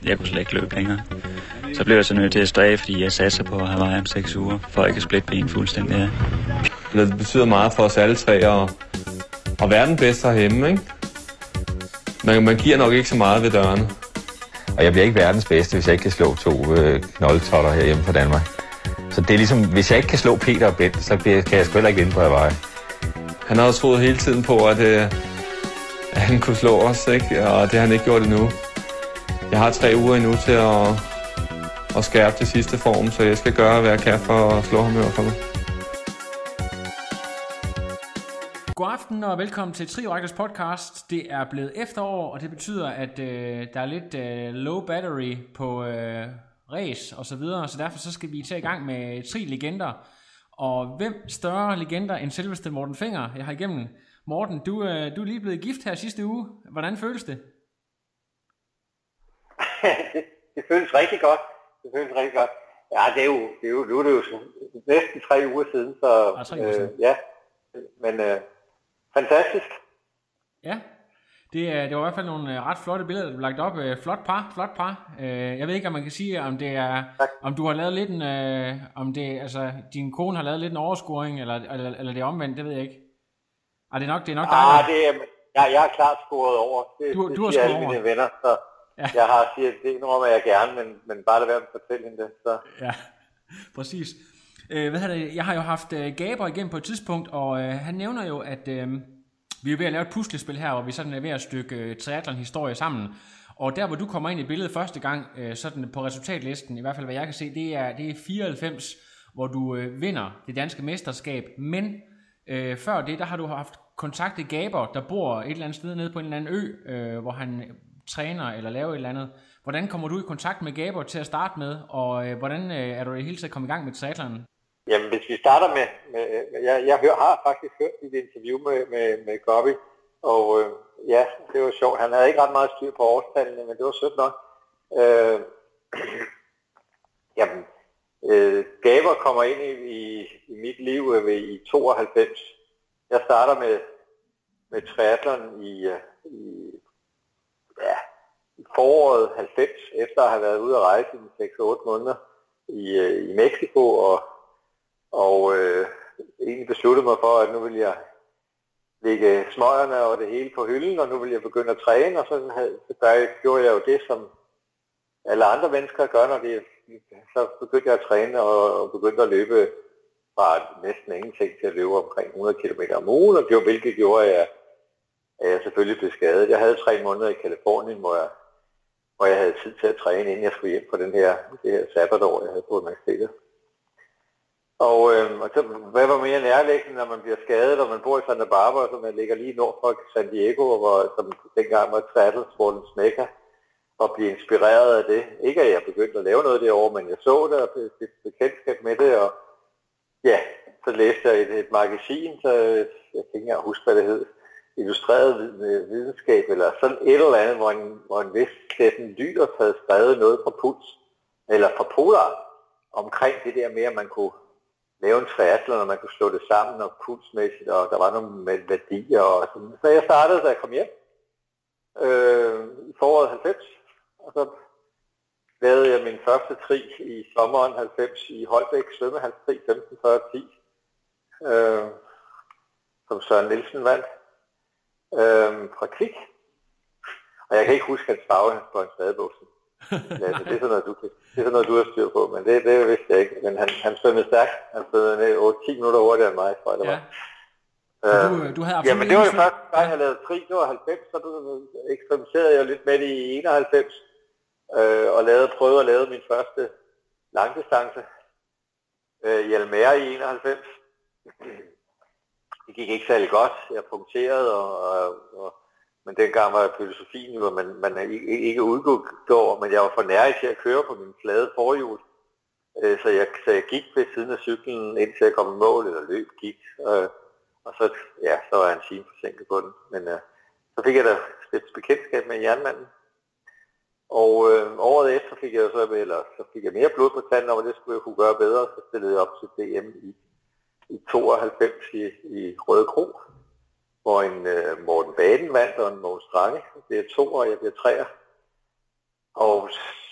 jeg kunne slet ikke løbe længere. Så blev jeg så nødt til at stræbe, fordi jeg satser på at have veje om 6 uger, for at ikke at splitte ben fuldstændig af. Det betyder meget for os alle tre at være den bedste herhjemme, ikke? Man giver nok ikke så meget ved dørene. Og jeg bliver ikke verdens bedste, hvis jeg ikke kan slå 2 knoldtotter herhjemme fra Danmark. Så det er ligesom, hvis jeg ikke kan slå Peter og Bent, så kan jeg sgu heller ikke vinde på Hawaii. Han har også troet hele tiden på, at han kunne slå os, ikke? Og det har han ikke gjort endnu. Jeg har 3 uger endnu til at skærpe det sidste form, så jeg skal gøre, hvad jeg kan for at slå ham i hvert fald. God aften og velkommen til Trio Rackers podcast. Det er blevet efterår, og det betyder, at der er lidt low battery på race og så videre, så derfor så skal vi tage i gang med 3 legender. Og hvem større legender end selveste Morten Fenger, jeg har igennem. Morten, du er lige blevet gift her sidste uge. Hvordan føles det? det føles rigtig godt. Ja, det er jo næsten 3 uger siden, så ja, men fantastisk. Ja, det var i hvert fald nogle ret flotte billeder, du lagt op. Flot par. Jeg ved ikke, om man kan sige, om det er, om du har lavet lidt en, om det, altså din kone har lavet lidt en overscoring, eller det er omvendt, det ved jeg ikke. Det er nok dig. Jeg har klart scoret over. Du har siger scoret alle over. mine venner, så ja. Jeg har sagt, det indrømmer jeg gerne, men bare lad være med at fortælle hende det. Så. Ja, præcis. Jeg har jo haft Gaber igennem på et tidspunkt, og han nævner jo, at vi er ved at lave et puslespil her, hvor vi sådan er ved at stykke triathlon-historie sammen. Og der, hvor du kommer ind i billedet første gang, sådan på resultatlisten, i hvert fald hvad jeg kan se, det er 94, hvor du vinder det danske mesterskab. Men før det, der har du haft kontaktet Gaber, der bor et eller andet sted nede på en eller anden ø, hvor han træner eller laver et eller andet. Hvordan kommer du i kontakt med Gaber til at starte med, og hvordan er du i hele tiden kommet i gang med triathlon? Jamen, hvis vi starter med jeg har faktisk hørt dit interview med Gobby, og ja, det var sjovt. Han havde ikke ret meget styr på årstallene, men det var sødt nok. Gaber kommer ind i mit liv i 92. Jeg starter med triathlon i foråret 90, efter at have været ude at rejse i 6-8 måneder i Mexico, og egentlig besluttede mig for, at nu ville jeg lægge smøgerne og det hele på hylden, og nu ville jeg begynde at træne, og gjorde jeg jo det, som alle andre mennesker gør, så begyndte jeg at træne og begyndte at løbe fra næsten ingenting til at løbe omkring 100 km om ugen, og hvilket gjorde, at jeg selvfølgelig blev skadet. Jeg havde 3 måneder i Californien, hvor jeg havde tid til at træne, inden jeg skulle hjem på det her sabbatår, jeg havde på universitetet. Og så, hvad var mere nærliggende, når man bliver skadet, og man bor i Santa Barbara, som man ligger lige nord for San Diego, som dengang var triathlonsportens mekka, og blive inspireret af det. Ikke at jeg begyndte at lave noget derovre, men jeg så det og fik bekendtskab med det, og ja, så læste jeg et magasin, så jeg kan ikke engang huske, hvad det hed. Illustreret videnskab, eller sådan et eller andet, hvor en vis Steffen Lyders havde skrevet noget fra Puls, eller fra Polar, omkring det der med, at man kunne lave en triathlon, og man kunne slå det sammen og pulsmæssigt, og der var nogle værdier og sådan. Så jeg startede, da jeg kom hjem i foråret 90, og så lavede jeg min første tri i sommeren 90 i Holbæk svømmehalstri 15.40.10, som Søren Nielsen vandt fra Kvik. Og jeg kan ikke huske hans farve på en spadebuksen. Lasse, det er sådan noget, du har styr på, men det vidste jeg ikke. Men han svømmede stærkt. Han svømmede ned 10 minutter hurtigere end mig, tror jeg, det var. Du havde absolut men det var jo første gang, jeg lavede tri, det var 90, så eksperimenterede jeg lidt med det i 91, og prøvede at lave min første langdistance i Almere i 91. Det gik ikke særlig godt. Jeg punkterede, men dengang var filosofien, hvor man ikke udgår, men jeg var for nær til at køre på min flade forhjul. Så jeg gik ved siden af cyklen, indtil jeg kom i mål, eller gik. Og så var jeg en time forsinket på den. Men så fik jeg da et bekendtskab med jernmanden. Og året efter fik jeg så fik jeg mere blod på tanden, og det skulle jeg kunne gøre bedre. Så stillede jeg op til DM i 92 i Røde Kro, hvor en Morten Baden vandt, og en Mogens Strange. Det er 2, og jeg bliver 3'er. Og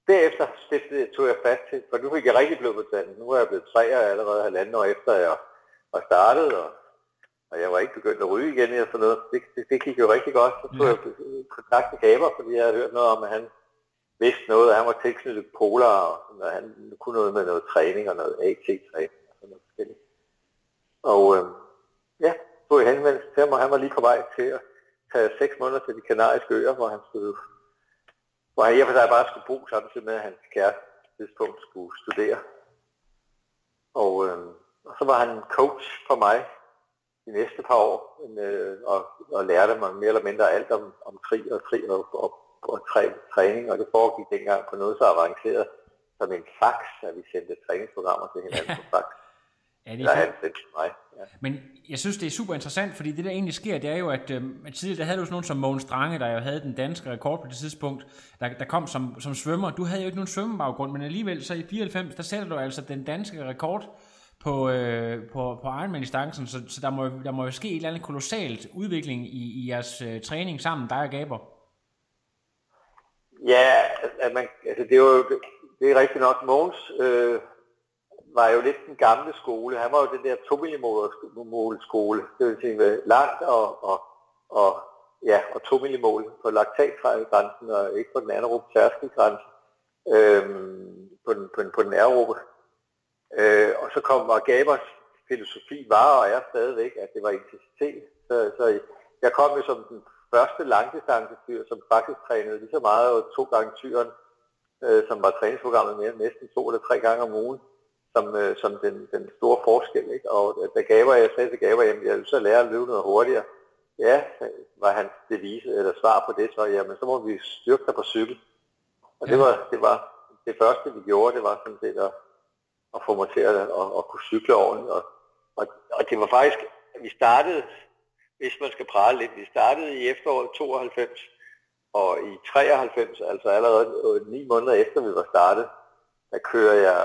derefter tog jeg fast til, for nu fik jeg rigtig blod på tanden. Nu er jeg blevet 3 allerede 1,5 år efter jeg var startet, og jeg var ikke begyndt at ryge igen eller sådan noget. Det gik jo rigtig godt. Så tog jeg kontakt med Gaber, fordi jeg havde hørt noget om, at han vidste noget, at han var tilknyttet Polar, og han kunne noget med noget træning og noget AT-træning og sådan noget forskelligt. Og tog jeg henvendelse til ham, og han var lige på vej til at tage 6 måneder til de kanariske øer, hvor han i og for sig bare skulle bo, samtidig med, at hans kæreste tidspunkt skulle studere. Og så var han coach for mig de næste par år, og lærte mig mere eller mindre alt om krig og træning, og det foregik dengang på noget så avanceret som en fax, at vi sendte træningsprogrammer til hinanden på fax. Ja, det er mig. Ja. Men jeg synes, det er super interessant, fordi det der egentlig sker, det er jo, at tidligere der havde du sådan nogen som Mogens Strange, der jo havde den danske rekord på det tidspunkt, der kom som svømmer. Du havde jo ikke nogen svømmebaggrund, men alligevel så i 94, der sætter du altså den danske rekord på Ironman-distancen, så der må jo ske en eller anden kolossalt udvikling i jeres træning sammen, dig og Gaber. Ja, det er rigtigt nok. Mogens var jo lidt den gamle skole. Han var jo den der 2-millimols skole. Det vil sige langt og 2 millimol på laktatgrænsen og ikke på den anaerobe tærskelgrænse. På den aerobe. Og så var Gabers filosofi og er stadigvæk, at det var intensitet. Så jeg kom jo som den første langdistancetyr, som faktisk trænede lige så meget 2 gange tyren, som var træningsprogrammet mere næsten 2 eller 3 gange om ugen, som den store forskel. Ikke? Og da jeg sagde til Gaber, at jeg ville så lære at løbe noget hurtigere. Ja, var hans devise eller svar på det, så jamen, så må vi styrke dig på cykel. Og det var det første, vi gjorde, det var sådan set at få mig til at kunne cykle ordentligt. Og det var faktisk, vi startede, hvis man skal prale lidt, vi startede i efteråret 92, og i 93, altså allerede 9 måneder efter vi var startet, der kører jeg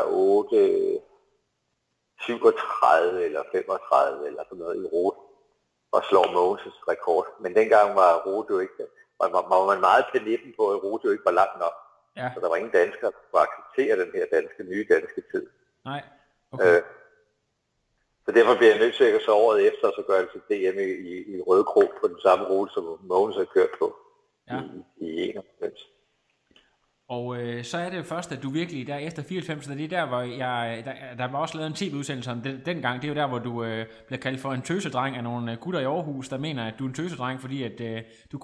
37 eller 35 eller sådan noget i rute og slår Mogens' rekord. Men dengang var rute jo ikke, var man meget til nippen på, at rute jo ikke var langt nok. Ja. Så der var ingen danskere, der kunne acceptere den her nye danske tid. Nej, okay. Så derfor bliver jeg nødt til at så året efter, så gør jeg til DM i Røde Krog på den samme rute, som Mogens har kørt på i 91. Og så er det jo først, at du virkelig der efter 94, det er der, hvor der var også lavet en tv-udsendelse om dengang, det er jo der, hvor du bliver kaldt for en tøsedreng af nogle gutter i Aarhus, der mener, at du er en tøsedreng, fordi at du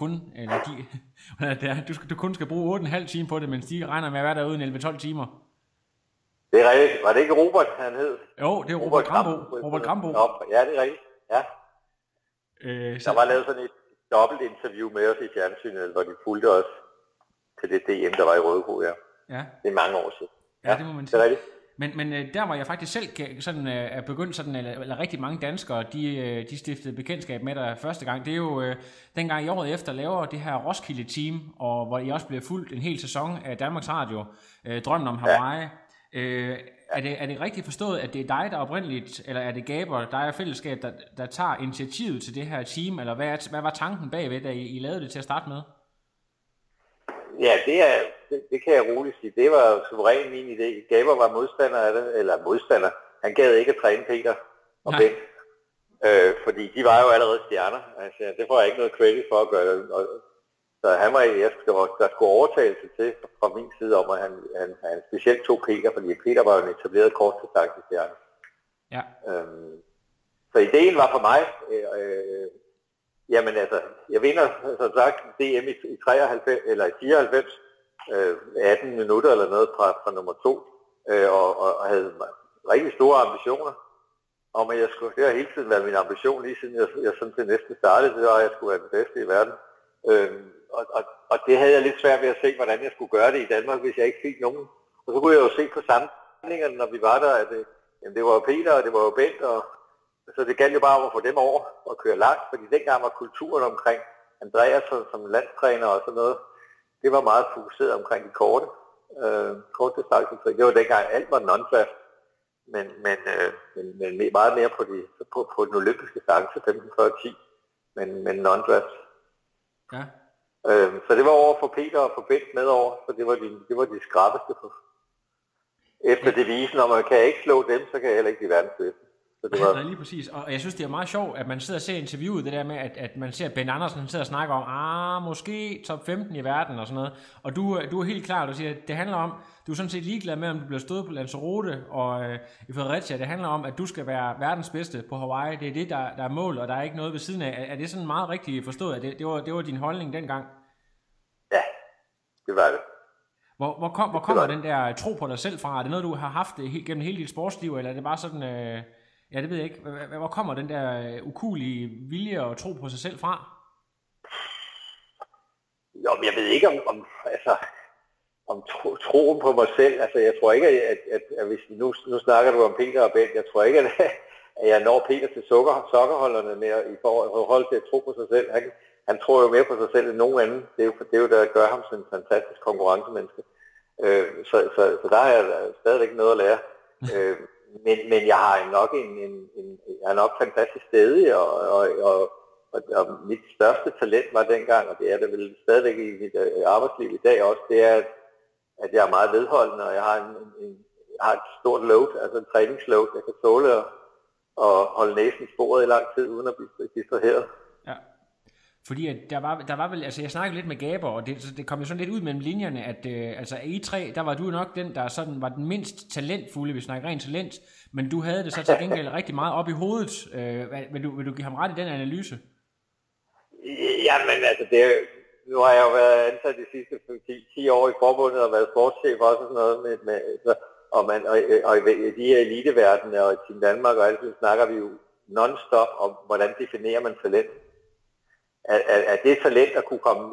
kun skal bruge 8,5 timer på det, mens de regner med at være derude i 11-12 timer. Det er rigtigt. Var det ikke Robert, han hed? Jo, det er Robert Grambo. Ja, det er rigtigt. Ja. Der var lavet sådan et dobbelt interview med os i fjernsynet, hvor de fulgte os til det DM, der var i Rødekro, ja. Det er mange år siden. Ja, det må man sige. Det er rigtigt. Men der var jeg faktisk selv sådan, er begyndt sådan, eller rigtig mange danskere, de stiftede bekendtskab med dig første gang. Det er jo dengang i året efter laver det her Roskilde-team, og hvor I også blev fulgt en hel sæson af Danmarks Radio, Drømmen om Hawaii. Er det rigtigt forstået, at det er dig, der oprindeligt, eller er det Gaber, dig og fællesskab, der tager initiativet til det her team, eller hvad var tanken bagved, da I lavede det til at starte med? Ja, det kan jeg roligt sige. Det var suverænt min idé. Gaber var modstander af det, eller modstander. Han gad ikke at træne Peter og Bent, fordi de var jo allerede stjerner. Altså, det får jeg ikke noget credit for at gøre det. Så han var der skulle overtagelse til fra min side om, at han specielt tog Peter, fordi Peter var jo en etableret kortdistancestjerne. Ja. Så ideen var for mig, jamen altså, jeg vinder som sagt DM i 93 eller i 94, 18 minutter eller noget fra nummer 2, og havde rigtig store ambitioner om, at det har hele tiden været min ambition, lige siden jeg sådan til næsten startede, det var, at jeg skulle være den bedste i verden. Og det havde jeg lidt svært ved at se, hvordan jeg skulle gøre det i Danmark, hvis jeg ikke fik nogen. Og så kunne jeg jo se på sammenligningerne, når vi var der, at det var jo Peter, og det var jo Bent, og så det galt jo bare om at få dem over og køre langt, fordi dengang var kulturen omkring Andreas som landstræner og sådan noget, det var meget fokuseret omkring de korte distancer. Det var dengang alt var non-fast, men meget mere på den olympiske distance, 15-40-10, men non-fast. Ja. Så det var over for Peter og for Bent med over, så det var de skrappeste. Efter devisen om, at kan jeg ikke slå dem, så kan jeg heller ikke blive verdens bedste. Så det var... Nej, lige præcis. Og jeg synes, det er meget sjovt, at man sidder og ser interviewet, det der med, at man ser Ben Andersen sidder og snakker om, måske top 15 i verden og sådan noget. Og du er helt klar, du siger, at det handler om, du er sådan set ligeglad med, om du bliver stået på Lanzarote og i Fredericia. Det handler om, at du skal være verdens bedste på Hawaii. Det er det, der er mål, og der er ikke noget ved siden af. Er det sådan meget rigtigt forstået, at det var din holdning dengang? Ja, det var det. Hvor kommer den der tro på dig selv fra? Er det noget, du har haft gennem hele dit sportsliv, eller er det bare sådan... Ja, det ved jeg ikke. Hvor kommer den der ukuelige vilje og tro på sig selv fra? Jo, men jeg ved ikke om troen på mig selv. Altså, jeg tror ikke, at hvis nu snakker du om Peter og Bent, jeg tror ikke, at jeg når Peter til sokkerholderne mere i forhold til at tro på sig selv. Han tror jo mere på sig selv end nogen anden. Det er jo der gør ham som en fantastisk konkurrencemenneske. Så der har jeg stadigvæk noget at lære. Men jeg har jeg er nok fantastisk stedig, og mit største talent var dengang, og det er det vel stadigvæk i mit arbejdsliv i dag også, det er, at jeg er meget vedholdende, og jeg har et stort load, altså en træningsload. Jeg kan tåle at holde næsen i sporet i lang tid, uden at blive distraheret. Ja. Fordi at der var vel, altså jeg snakkede lidt med Gaber, og det kom jo sådan lidt ud mellem linjerne, at altså i 3, der var du nok den, der sådan var den mindst talentfulde, hvis vi snakker rent talent, men du havde det så til gengæld rigtig meget op i hovedet. Vil du give ham ret i den analyse? Jamen altså, nu har jeg jo været ansat de sidste 10 år i forbundet og været sportschef også og sådan noget, og i de her eliteverdene og i Team Danmark og alt det, snakker vi jo non-stop om, hvordan definerer man talent. At det talent at kunne komme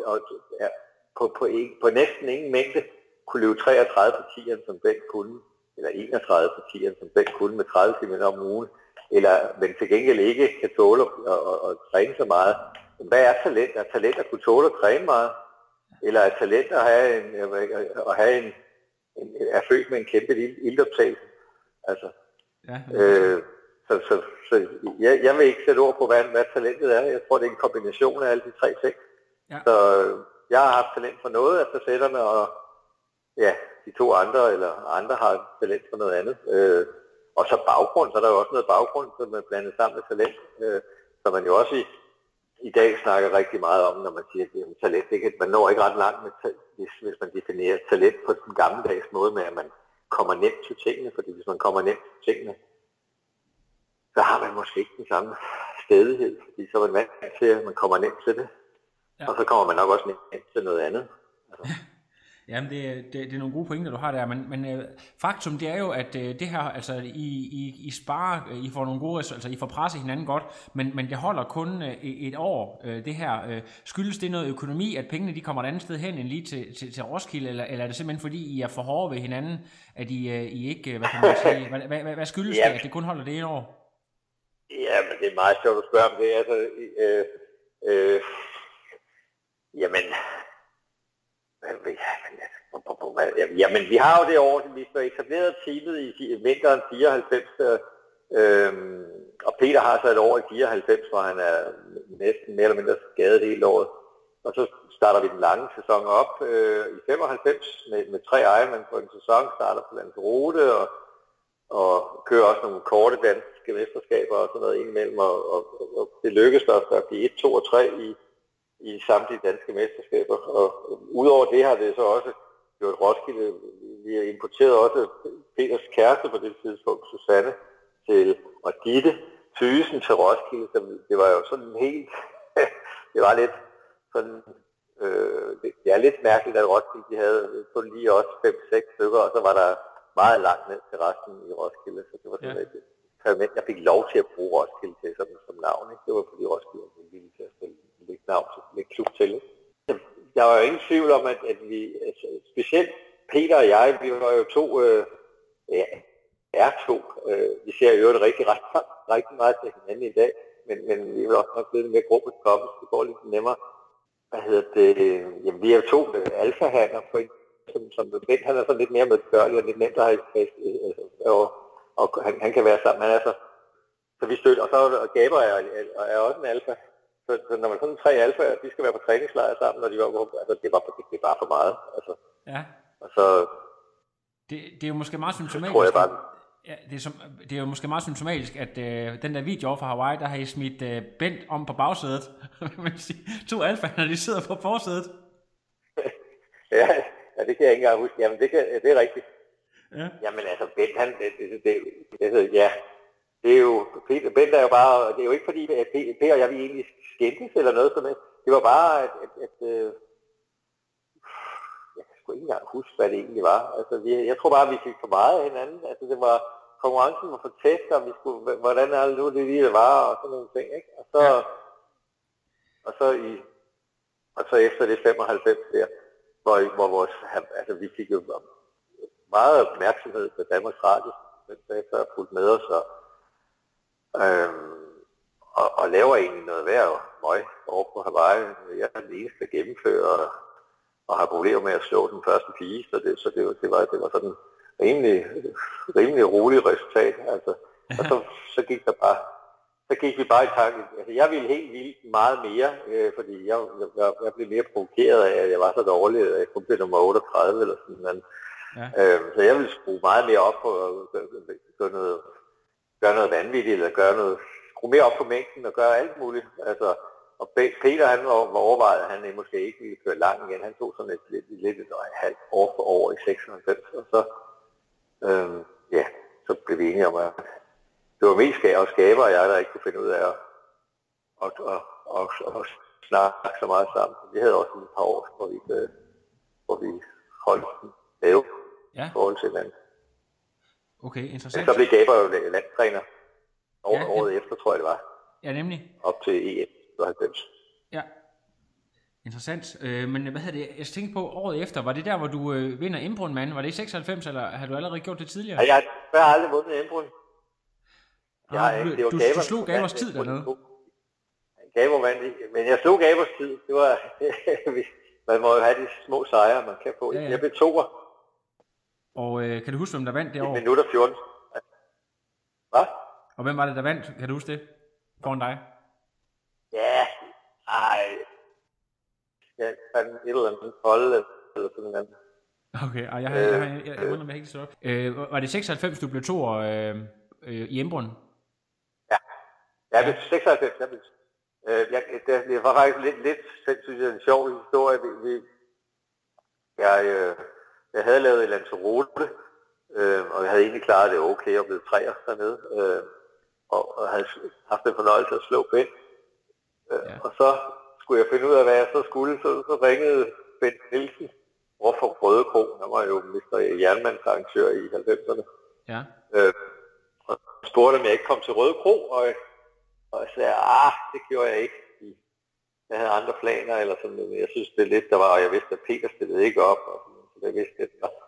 på næsten ingen mængde kunne løbe 33 på 10'eren, som Bent kunne, eller 31 på 10'eren, som Bent kunne med 30 km om ugen, men til gengæld ikke kan tåle at træne så meget. Hvad er talent? Er talent at kunne tåle at træne meget? Eller er talent at have er født med en kæmpe iltoptagelse? Altså, ja. Så jeg vil ikke sætte ord på, hvad talentet er. Jeg tror, det er en kombination af alle de 3 ting. Ja. Så jeg har haft talent for noget af facetterne, og ja, de 2 andre, eller andre har talent for noget andet. Og så baggrund, så er der jo også noget baggrund, som er blandet sammen med talent. Så man jo også i dag snakker rigtig meget om, når man siger, at det er talent. Man når ikke ret langt, med hvis man definerer talent på den gammeldags måde med, at man kommer nemt til tingene. Fordi hvis man kommer nemt til tingene, så har man måske ikke den samme stedighed, fordi så er man vant til, at man kommer nemt til det. Ja. Og så kommer man nok også nemt til noget andet. Altså. Jamen, det er nogle gode pointer, du har der, men faktum det er jo, at det her, altså I sparer, I får nogle gode, altså I får presset hinanden godt, men det holder kun et år, det her. Skyldes det noget økonomi, at pengene de kommer et andet sted hen end lige til Roskilde, eller er det simpelthen fordi I er for hårde ved hinanden, at I ikke, hvad kan man sige, hvad skyldes det, at det kun holder det et år? Ja, men det er meget sjovt at spørge om det. Altså, jamen, vi har jo det år, vi har etableret teamet i vinteren 94, og Peter har så et år i 94, hvor han er næsten mere eller mindre skadet hele året. Og så starter vi den lange sæson op i 95 med 3 Ironman på en sæson, starter på Lanzarote og kører også nogle korte danske mesterskaber og sådan noget indimellem, og det lykkedes os at blive 1, 2 og 3 i samtlige danske mesterskaber. Og udover det har det så også gjort Roskilde. Vi har importeret også Peters kæreste på det tidspunkt, Susanne, og Ditte Thysen til Roskilde. Så det var jo sådan helt, det var lidt sådan, det er lidt mærkeligt, at Roskilde de havde kun lige også 5-6 stykker, og så var der meget langt ned til resten i Roskilde, så det var sådan et eksperiment. Jeg fik lov til at bruge Roskilde til som navn, ikke? Det var fordi Roskilde var villig til at lægge navn til, lægge klub til. Der var jo ingen tvivl om, at vi, altså, specielt Peter og jeg, vi var jo to, vi ser jo det rigtig meget til hinanden i dag, men vi er også nok blevet mere gruppe koppel, så det går lidt nemmere. Jamen, vi er jo 2 alfahander på en, som Bent, han er sådan lidt mere medgørlig og lidt nemt at have og han kan være sammen, han er så vi støtter, og så Gaber er også en alfa, så når man sådan 3 alfaer, de skal være på træningslejr sammen, når de var på, altså det var for meget. Altså. Ja. Og så det er jo måske meget symptomatisk. Tror jeg bare. Ja, det er jo måske meget symptomatisk, at den der video over fra Hawaii, der har I smidt Bent om på bagsædet. 2 alfaer, de sidder på forsædet. ja, det kan jeg ikke engang huske. Jamen, det er rigtigt. Ja. Jamen altså, Bent, han, det er jo, Bent er jo bare, det er jo ikke fordi, at Per og jeg vi egentlig skændtes eller noget sådan noget. Det var bare, at jeg kan sgu ikke engang huske, hvad det egentlig var. Altså, jeg tror bare, at vi fik for meget af hinanden. Altså, det var, konkurrencen var for tæt, og vi skulle, hvordan er det nu, det lige var, og sådan nogle ting, ikke? Og så efter det 95 der, hvor vores, altså vi fik jo meget opmærksomhed på Danmarks Radio, der har fulgt med os, og laver egentlig noget værd og møg over på Hawaii. Jeg er den eneste, der gennemfører, og har problemer med at slå den første pige, så det var sådan rimelig roligt resultat. Altså. Og så gik vi bare i tanke. Altså, jeg ville helt vildt meget mere, fordi jeg blev mere provokeret af, at jeg var så dårlig, at jeg kun blev nummer 38 eller sådan noget. Ja. Så jeg ville skrue meget mere op på at gøre noget vanvittigt, eller skrue mere op på mængden og gøre alt muligt. Altså, og Peter, han var overvejet, at han måske ikke ville køre langt igen. Han tog sådan et halvt år for år i 96, og så, så blev vi enige om, at det var mest Skaber og jeg, der ikke kunne finde ud af at snakke så meget sammen. Vi havde også et par år, hvor vi holdt den lave i forhold til hinanden. Okay, interessant. Så blev Gaber jo landstræner året efter, tror jeg det var. Ja, nemlig. Op til EM 90. Ja, interessant. Men hvad havde det? Jeg tænkte på året efter, var det der, hvor du vinder Embrun, mand? Var det i 96, eller har du allerede gjort det tidligere? Ja, jeg har aldrig vundet Embrun. Du slog Gabers tid dernede? Gaber vandt, men jeg slog Gabers tid. Det var, man må jo have de små sejre, man kan få. Ja. Jeg blev toer. Og kan du huske, hvem der vandt det år? 1 minut og 14. Hvad? Og hvem var det, der vandt? Kan du huske det? Foran dig? Ja, jeg fandt et eller andet hold, eller sådan noget. Okay, jeg undrer mig helt så. Var det 96, du blev toer i Embrun? Ja, jeg blev 96. Det var faktisk lidt synes jeg, en sjov historie. Jeg havde lavet i Lanzarote, og jeg havde egentlig klaret det okay og blevet træer dernede, og havde haft en fornøjelse at slå Bent. Og så skulle jeg finde ud af, hvad jeg så skulle, så ringede Bent Nielsen over for Røde Kro. Han var jo jernmandsarrangør i 90'erne. Ja. Og spurgte, om jeg ikke kom til Røde Kro, og jeg sagde, det gjorde jeg ikke. Jeg havde andre planer, eller sådan noget, men jeg synes, det er lidt, der var, og jeg vidste, at Peter stillede ikke op, og sådan, så jeg vidste,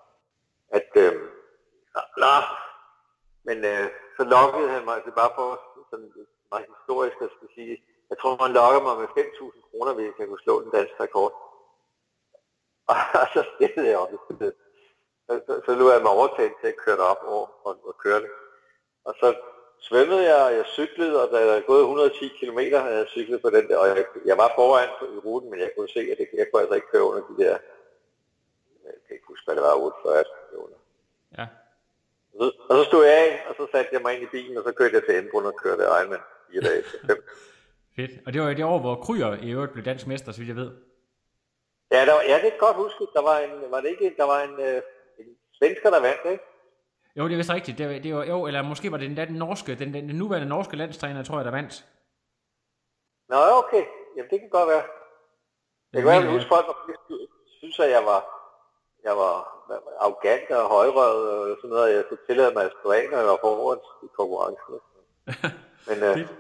men så lokkede han mig, altså bare for sådan meget historisk, at skulle sige, jeg tror, man lokker mig med 5.000 kroner, hvis jeg kunne slå den danske rekord. Og så stillede jeg op. Så lod jeg mig overtale til at køre derop og køre det. Og så svømmede jeg, og jeg cyklede, og da jeg havde gået 110 km, havde jeg cyklet på den der, og jeg var foran i ruten, men jeg kunne se, at jeg kunne altså ikke køre under de der, jeg kan ikke huske, hvad det var, 48 millioner. Ja. Og så stod jeg af, og så satte jeg mig ind i bilen, og så kørte jeg til Embrun og kørte Ironman 4 dage efter 5. Fedt. Og det var det år, hvor Kryer i øvrigt blev dansk mester, så vidt jeg ved. Ja, det kan godt huske. Der var en svensker, der vandt, ikke? Jo, det er vist rigtigt. Det var, jo, eller måske var det den nuværende norske landstræner, tror jeg, der vandt. Nå, okay. Jamen, det kan godt være. Jeg kan i hvert fald huske folk, der synes, at jeg var arrogant og højrøget og sådan noget, jeg kunne tillade mig at stå af, når jeg var foran i konkurrencen. Men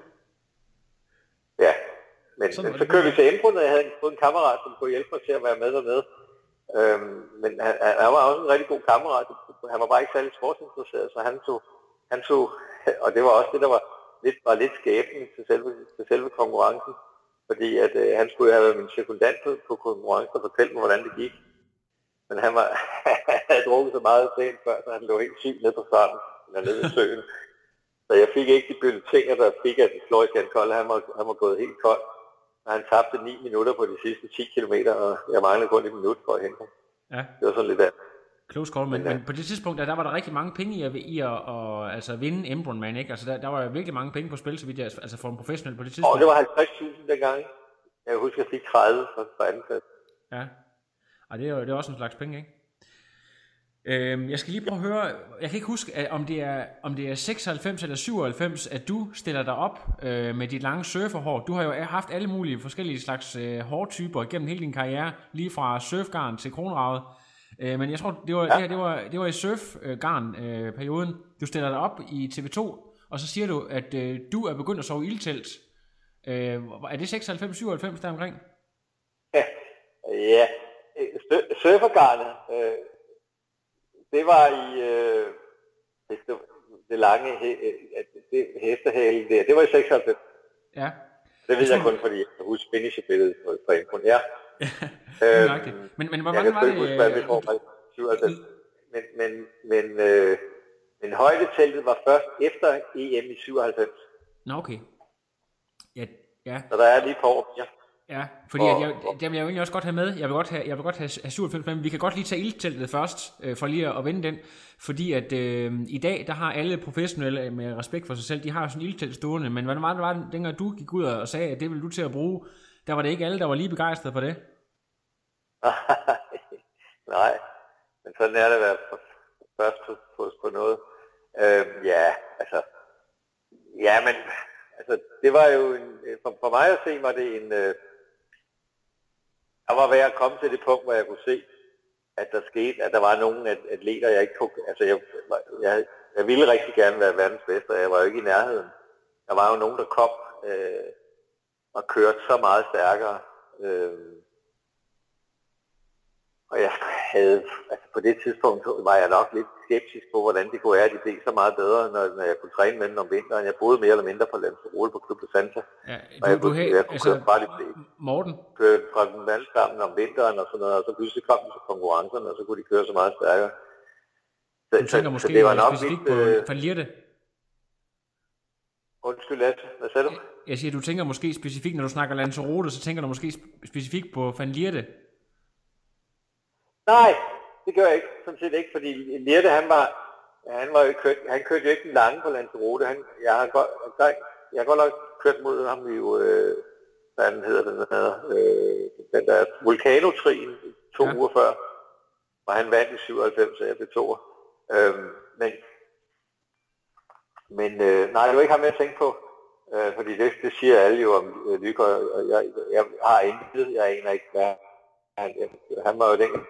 men så kørte vi til Embrun, og jeg havde fået en kammerat, som kunne hjælpe mig til at være med dernede. Men han var også en rigtig god kammerat. Han var bare ikke særlig sportsinteresseret, så han tog og det var også det, der var lidt skæbnen til selve konkurrencen. Fordi at han skulle have været min sekundant på konkurrencen og fortælle mig, hvordan det gik. Men han havde drukket så meget sent før, så han lå helt syg nede på stranden, eller nede i søen. Så jeg fik ikke de bulletiner, der fik, at Florian Kold, han var gået helt kold. han tabte 9 minutter på de sidste 10 kilometer, og jeg manglede kun et minut for at hente ham. Ja. Det var sådan lidt der. Close call, men på det tidspunkt, der var der rigtig mange penge i at altså vinde Embrunman, ikke? Altså der var virkelig mange penge på spil, så vidt jeg, altså for en professionel på det tidspunkt. Og det var 50.000 dengang. Jeg husker, at jeg fik 30 for anden plads. Ja, og det er også en slags penge, ikke? Jeg skal lige prøve at høre, jeg kan ikke huske, om det er 96 eller 97, at du stiller dig op med dit lange surferhår. Du har jo haft alle mulige forskellige slags hårtyper gennem hele din karriere, lige fra surfgarn til kronraget. Men jeg tror, det var i surfgarn-perioden. Du stiller dig op i TV2, og så siger du, at du er begyndt at sove i ildtelt. Er det 96-97 der omkring? Ja, surfergarnet, det var i det lange hestehale der. Det var i 96. Ja. Det ved jeg kun, fordi jeg kan huske finisher-billedet fra Embrun. Ja. Men hvor mange var det? Men højdeteltet var først efter EM i 97. Nå, okay. Ja. Så der er lige på år. Ja. Ja, fordi det vil jeg jo egentlig også godt have med. Jeg vil godt have 97, men vi kan godt lige tage ildteltet først, for lige at vende den. Fordi at i dag, der har alle professionelle med respekt for sig selv, de har jo sådan en ildtelt stående. Men hvordan var det, dengang du gik ud og sagde, at det ville du til at bruge, der var det ikke alle, der var lige begejstrede for det? Nej, men sådan er det at være først på noget. Det var jo for mig at se, var det en... Jeg var ved at komme til det punkt, hvor jeg kunne se, at der skete, at der var nogle atleter, jeg ikke kunne... Altså, jeg ville rigtig gerne være verdens bedste, og jeg var jo ikke i nærheden. Der var jo nogen, der kom og kørte så meget stærkere. Og jeg havde... Altså, på det tidspunkt var jeg nok lidt skeptisk på, hvordan det kunne være, at de blev så meget bedre, når jeg kunne træne med dem om vinteren. Jeg boede mere eller mindre på Lanzarote på Club de Santa. Ja, jeg kunne køre fra Morten? Køre fra dem alle sammen om vinteren og sådan noget, og så pludselig kom de til konkurrencerne, og så kunne de køre så meget stærkere. Du tænker måske det var nok specifikt på Van Lierde? Undskyld, Lasse. Hvad sagde du? Jeg siger, du tænker måske specifikt, når du snakker Lanzarote, så tænker du måske specifikt på Van Lierde? Nej, det gør jeg ikke, sådan set ikke, fordi Lierde, han kørte jo ikke den lange på Lanzarote. Jeg har godt nok kørt mod ham i hvad den der Vulcano-trien 2 uger før, og han vandt i 97, så jeg blev 2'er. Nej, det var ikke ham, jeg tænkte på, fordi det siger alle jo om Lykker, og jeg har intet, jeg aner ikke, hvad han var jo den.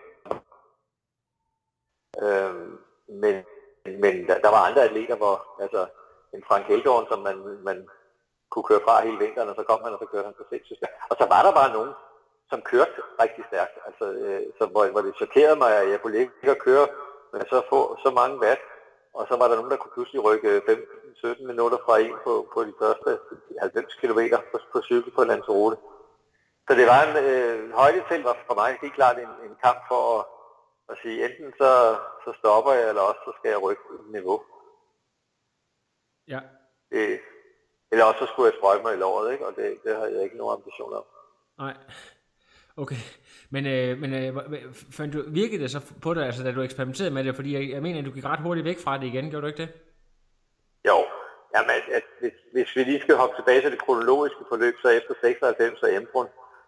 Men der var andre atleter, hvor altså en Frank Heldorn, som man kunne køre fra hele vinteren, og så kom han, og så kørte han på sindssygt stærkt. Og så var der bare nogen, som kørte rigtig stærkt, altså hvor det chokerede mig, at jeg kunne ikke køre, men så få så mange watt, og så var der nogen, der kunne pludselig rykke 15-17 minutter fra en på de første 90 km på cykel på Lanzarote. Så det var en højdetelt var for mig helt klart en kamp for at sige, enten så stopper jeg, eller også så skal jeg rykke et niveau. Ja. Eller også så skulle jeg sprøjte mig i låret, ikke? Og det har jeg ikke nogen ambition om. Nej. Okay. Men virkede det så på dig, altså da du eksperimenterede med det? Fordi jeg mener, at du gik ret hurtigt væk fra det igen, gjorde du ikke det? Jo. Jamen, hvis vi lige skal hoppe tilbage til det kronologiske forløb, så efter 96 og Embrun,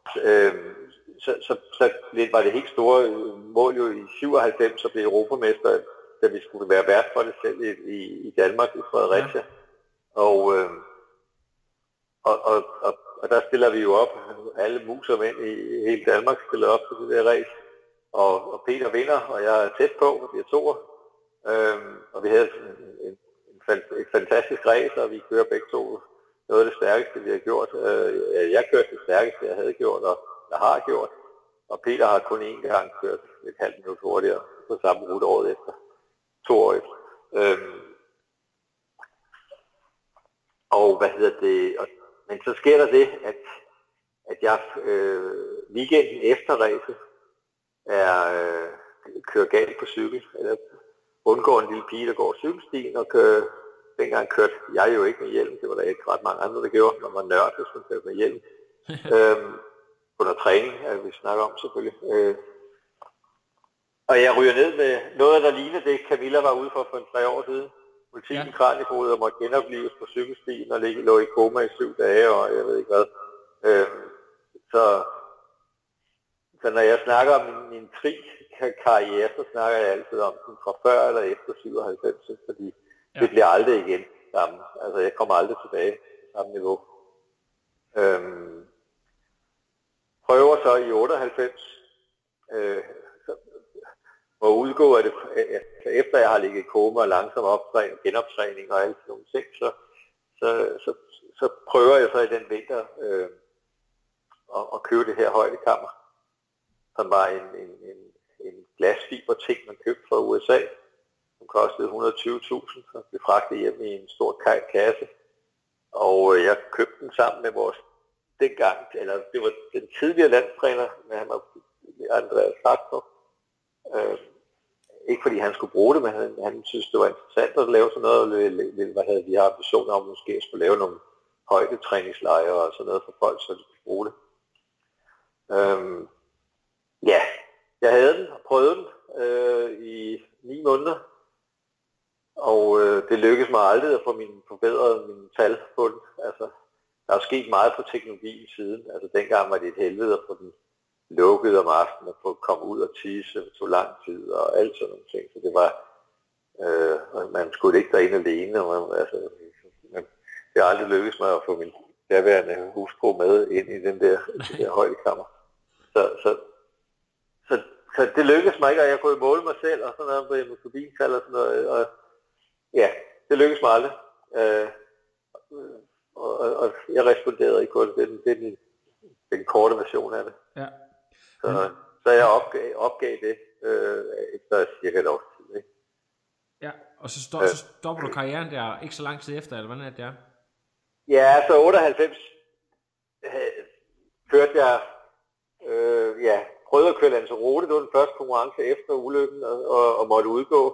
så var det helt store mål jo i 97 at blive europamester, da vi skulle være vært for det selv i Danmark, i Fredericia. Ja. Og der stiller vi jo op, alle mus og mænd i hele Danmark stiller op på det der race. Og Peter vinder, og jeg er tæt på, og bliver 2'er. Og vi havde et fantastisk race, og vi kører begge to noget af det stærkeste, vi har gjort. Jeg kørte det stærkeste, jeg havde gjort, og jeg har gjort. Og Peter har kun én gang kørt et halvt minut hurtigere på samme rute året efter. 2 år efter. Men så sker der det, at jeg weekenden efter racet kører galt på cykel, eller undgår en lille pige, der går cykelstien, og dengang kørte jeg jo ikke med hjelm. Det var der ikke ret mange andre, der gjorde, når man nørd, hvis man kørte med hjelm. Under træning, vi snakker om selvfølgelig. Og jeg ryger ned med noget, der ligner det, Camilla var ude for en 3 år siden. Multiple kraniebrud og måtte genopleves på cykelstien og lå i koma i 7 dage, og jeg ved ikke hvad. Så når jeg snakker om min tri-karriere, så snakker jeg altid om den fra før eller efter 97, fordi det bliver aldrig igen sammen. Altså jeg kommer aldrig tilbage til samme niveau. Prøver så i 98, må udgå af det, efter jeg har ligget i koma og langsom optræning, genoptræning og alt sådan nogle ting, så prøver jeg så i den vinter at købe det her højdekammer, som var en glasfiber-ting, man købte fra USA, som kostede 120.000, og blev fragtet hjem i en stor kasse. Og jeg købte den sammen med vores dengang, eller det var den tidligere landstræner, med han var Andreas Saxo. Ikke fordi han skulle bruge det, men han synes, det var interessant at lave sådan noget. Hvad havde vi har ambitioner om, måske at skulle lave nogle højdetræningslejre og sådan noget for folk, så de kunne bruge det. Ja, jeg havde den og prøvede den i 9 måneder. Og det lykkedes mig aldrig at få forbedret mine tal på den. Altså, der er sket meget på teknologien siden. Altså dengang var det et helvede at få den lukket om aftenen og få komme ud og tisse. Det tog lang tid og alt sådan nogle ting. Så det var, man skulle ikke derinde alene. Det har aldrig lykkedes mig at få min daværende husbro med ind i den der højdekammer. Så det lykkedes mig ikke, og jeg kunne måle mig selv og sådan noget på hemoglobintal og sådan noget. Og ja, det lykkedes mig aldrig. Og jeg responderede ikke på det. Det er den korte version af det. Ja. Så jeg opgav det efter cirka et års tid. Ikke? Ja, og så stopper du karrieren der ikke så lang tid efter, eller hvordan er det der? Ja, så 98 kørte jeg, prøvede at køre Lanzarote. Det var den første konkurrence efter ulykken og måtte udgå.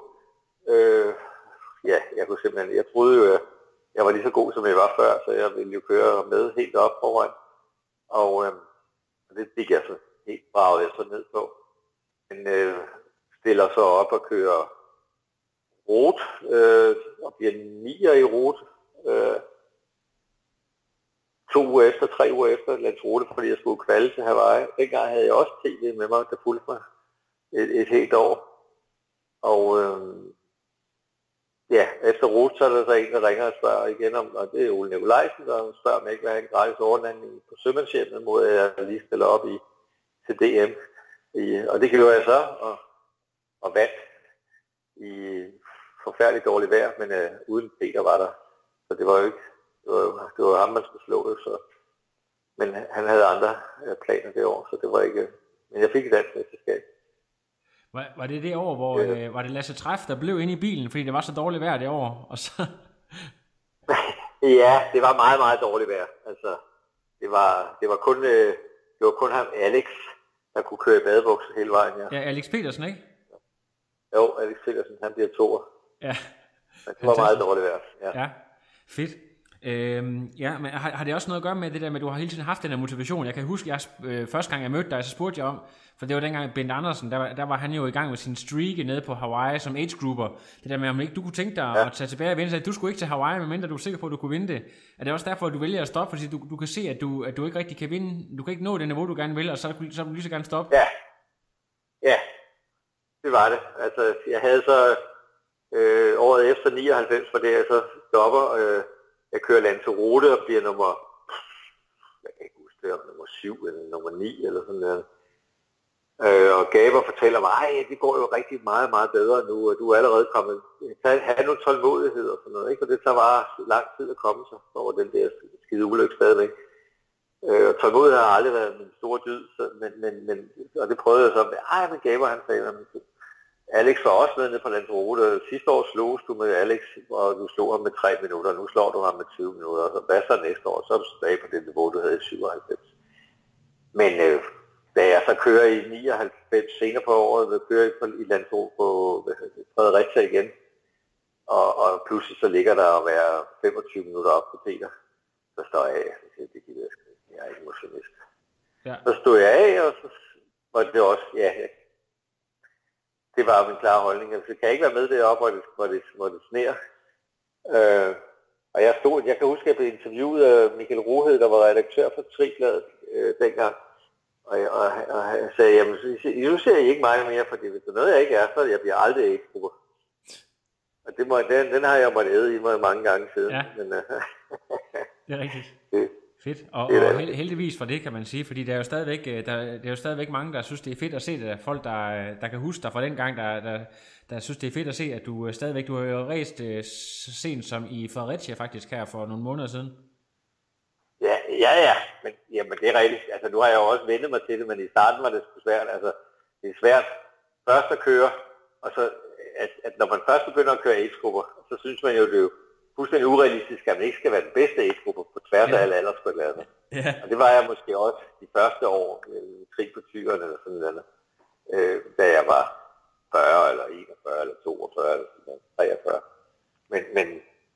Jeg troede jo, jeg var lige så god, som jeg var før, så jeg ville jo køre med helt op foran. Og det fik jeg så helt braget jeg så ned på. Men stiller så op og kører rute, og bliver 9'er i rute. 3 uger efter Lanzarote, fordi jeg skulle kvalde til Hawaii. Dengang havde jeg også tv med mig, der fulgte mig et helt år. Og efter rute, så er der så en, der ringer og spørger igen om, og det er Ole Nikolajsen, der spørger mig ikke, hvad han gratis overlanding på sømandshjemmet, mod at jeg lige stiller op til DM. Og det gjorde jeg så, og vandt i forfærdeligt dårligt vejr, men uden Peter var der. Så det var jo ikke, det var ham, man skulle slå det. Så. Men han havde andre planer det år, så det var ikke, men jeg fik et dansk mesterskab. Var det år, hvor var det Lasse Træf, der blev inde i bilen, fordi det var så dårligt vejr det år? Og så... Ja, det var meget, meget dårligt vejr. Altså, det var kun ham, Alex, der kunne køre i badebukser hele vejen. Ja, Alex Petersen, ikke? Jo, Alex Petersen, han bliver 2'er. Ja. Det var meget dårligt vejr. Ja, fedt. Men har det også noget at gøre med det der med, at du har hele tiden haft den her motivation? Jeg kan huske, første gang jeg mødte dig, så spurgte jeg om, for det var dengang Bent Andersen, der var han jo i gang med sin streak nede på Hawaii som age-grouper. Det der med, om ikke du kunne tænke dig at tage tilbage og vinde, så du skulle ikke til Hawaii, medmindre du er sikker på, at du kunne vinde det. Er det også derfor, at du vælger at stoppe, fordi du kan se, at du ikke rigtig kan vinde, du kan ikke nå det niveau, du gerne vil, og så vil du lige så gerne stoppe? Ja, det var det. Altså, jeg havde så året efter 99, for det jeg så stopper. Jeg kører Lanzarote og bliver jeg kan ikke huske det, nummer 7 eller nummer 9 eller sådan noget. Og Gaber fortæller mig, det går jo rigtig meget, meget bedre nu, og du er allerede kommet. Have noget tålmodighed og sådan noget, ikke? Og det tager bare lang tid at komme sig over den der skide ulykke stadigvæk. Og tålmodighed har aldrig været min store dyd, men og det prøvede jeg så med, men Gaber han sagde, Alex var også nede på Lanzarote. Sidste år slogs du med Alex, og du slog ham med 3 minutter. Nu slår du ham med 20 minutter. Og hvad så næste år? Så er du tilbage på det niveau, du havde i 97. Men da jeg så kører i 99 senere på året, kører jeg i Lanzarote på Fredericia igen. Og pludselig så ligger der at være 25 minutter op på Peter. Så står jeg af. Det gider jeg sgu. jeg er ikke motionist. Ja. Så stod jeg af, og så var det også, det var min klare holdning. Altså, jeg kan ikke være med deroppe, hvor det sner. Og jeg kan huske, at jeg blev interviewet af Michael Rohed, der var redaktør for Tribladet dengang. Og jeg sagde, jamen, nu ser I ikke mig mere, fordi hvis det er noget, jeg ikke er, så jeg bliver aldrig AIDS-grupper. Og den har jeg måttet æde i mig mange gange siden. Ja, men, det er rigtigt. det, Fedt. Og heldigvis for det, kan man sige, fordi der er jo stadigvæk mange, der synes, det er fedt at se det. Folk, der kan huske dig fra den gang, der synes, det er fedt at se, at du har jo rejst sent som i Fredericia faktisk her for nogle måneder siden. Ja. Men det er rigtigt. Altså, nu har jeg jo også vendt mig til det, men i starten var det svært. Altså, det er svært først at køre, og så, at når man først begynder at køre AIDS-grupper, så synes man jo, det er jo fuldstændig urealistisk, at man ikke skal være den bedste AIDS-gruppe på tværs af alle aldersklasser. Ja. Og det var jeg måske også de første år, krig på Tyrene eller sådan noget, da jeg var 40 eller 41 eller 42 eller sådan noget, 43. Men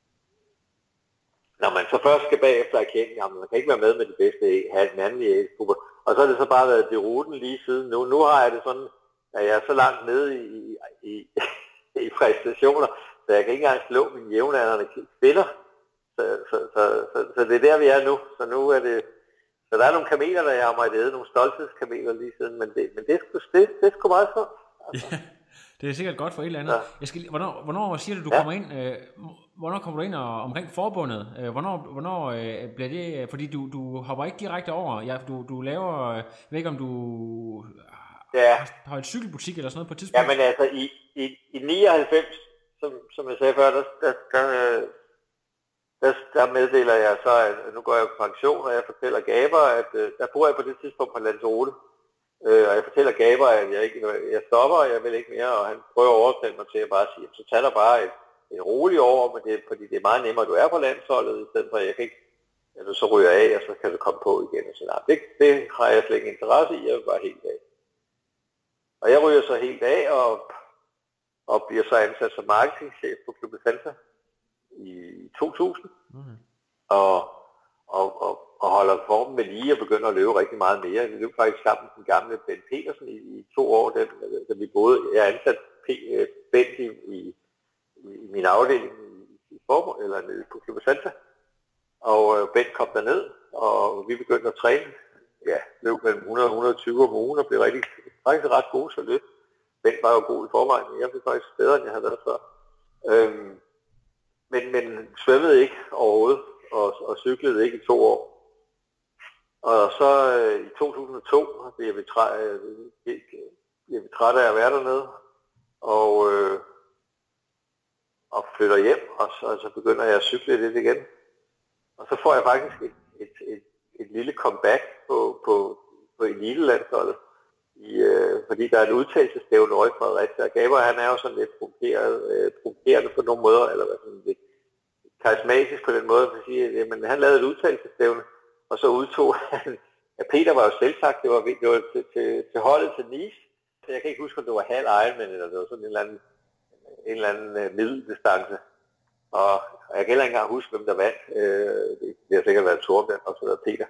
når man så først skal bagefter erkende, at man kan ikke være med de bedste, have den anden AIDS-gruppe, og så har det så bare været det ruten lige siden. Nu har jeg det sådan, at jeg er så langt nede i præstationer, så jeg kan ikke engang slå mine jævnaldrende kvinder. Så det er der, vi er nu. Så nu er det... Så der er nogle kameler, der jeg har mig æde, nogle stolthedskameler lige siden, men det er sgu meget så. Altså. Ja, det er sikkert godt for et eller andet. Ja. Hvornår siger du kommer ind? Hvornår kommer du ind omkring forbundet? Hvornår bliver det... Fordi du hopper ikke direkte over. Ja, du laver... Jeg ved ikke, om du har et cykelbutik eller sådan noget på et tidspunkt? Ja, men altså i 99, som jeg sagde før, der meddeler jeg så, at nu går jeg på pension, og jeg fortæller Gaber, at der bor jeg på det tidspunkt på Lanzarote. Og jeg fortæller Gaber, at jeg stopper, og jeg vil ikke mere, og han prøver at overtale mig til at bare sige, så tag dig bare et roligt år, fordi det er meget nemmere, at du er på landsholdet, i stedet for at jeg kan ikke, at du så ryger af, og så kan du komme på igen. Og sådan. Det har jeg slet ikke interesse i, jeg vil bare helt af. Og jeg ryger så helt af, og bliver så ansat som marketingchef på Club Fanta i 2000. Og holder formen med lige og begynder at løbe rigtig meget mere. Jeg løb faktisk sammen med den gamle Ben Petersen i 2 år, da vi boede. Jeg ansatte Bent i min afdeling på Club Fanta. Og Bent kom derned, og vi begyndte at træne. Ja, løb mellem 100 og 120 om ugen og blev faktisk ret gode til at løbe. Bent var jo god i forvejen, men jeg blev faktisk bedre, end jeg havde været før. Men svømmede ikke overhovedet, og cyklede ikke i 2 år. Og så i 2002 blev vi træt af at være dernede, og flytter hjem, og så begynder jeg at cykle lidt igen. Og så får jeg faktisk et lille comeback på elitelandsholdet, fordi der er et udtalelsesstævne over i Fredericia. Gaber, han er jo sådan lidt provokerende på nogle måder, eller sådan lidt karismatisk på den måde, at sige, men han lavede et udtalelsesstævne, og så udtog han, at Peter var jo selvsagt, det var til holdet til Nice, så jeg kan ikke huske, om det var halv Ironman, eller det var sådan en eller anden middeldistance. Og jeg kan heller ikke engang huske, hvem der vandt. Det har sikkert været Torbjørn, og så var Peter.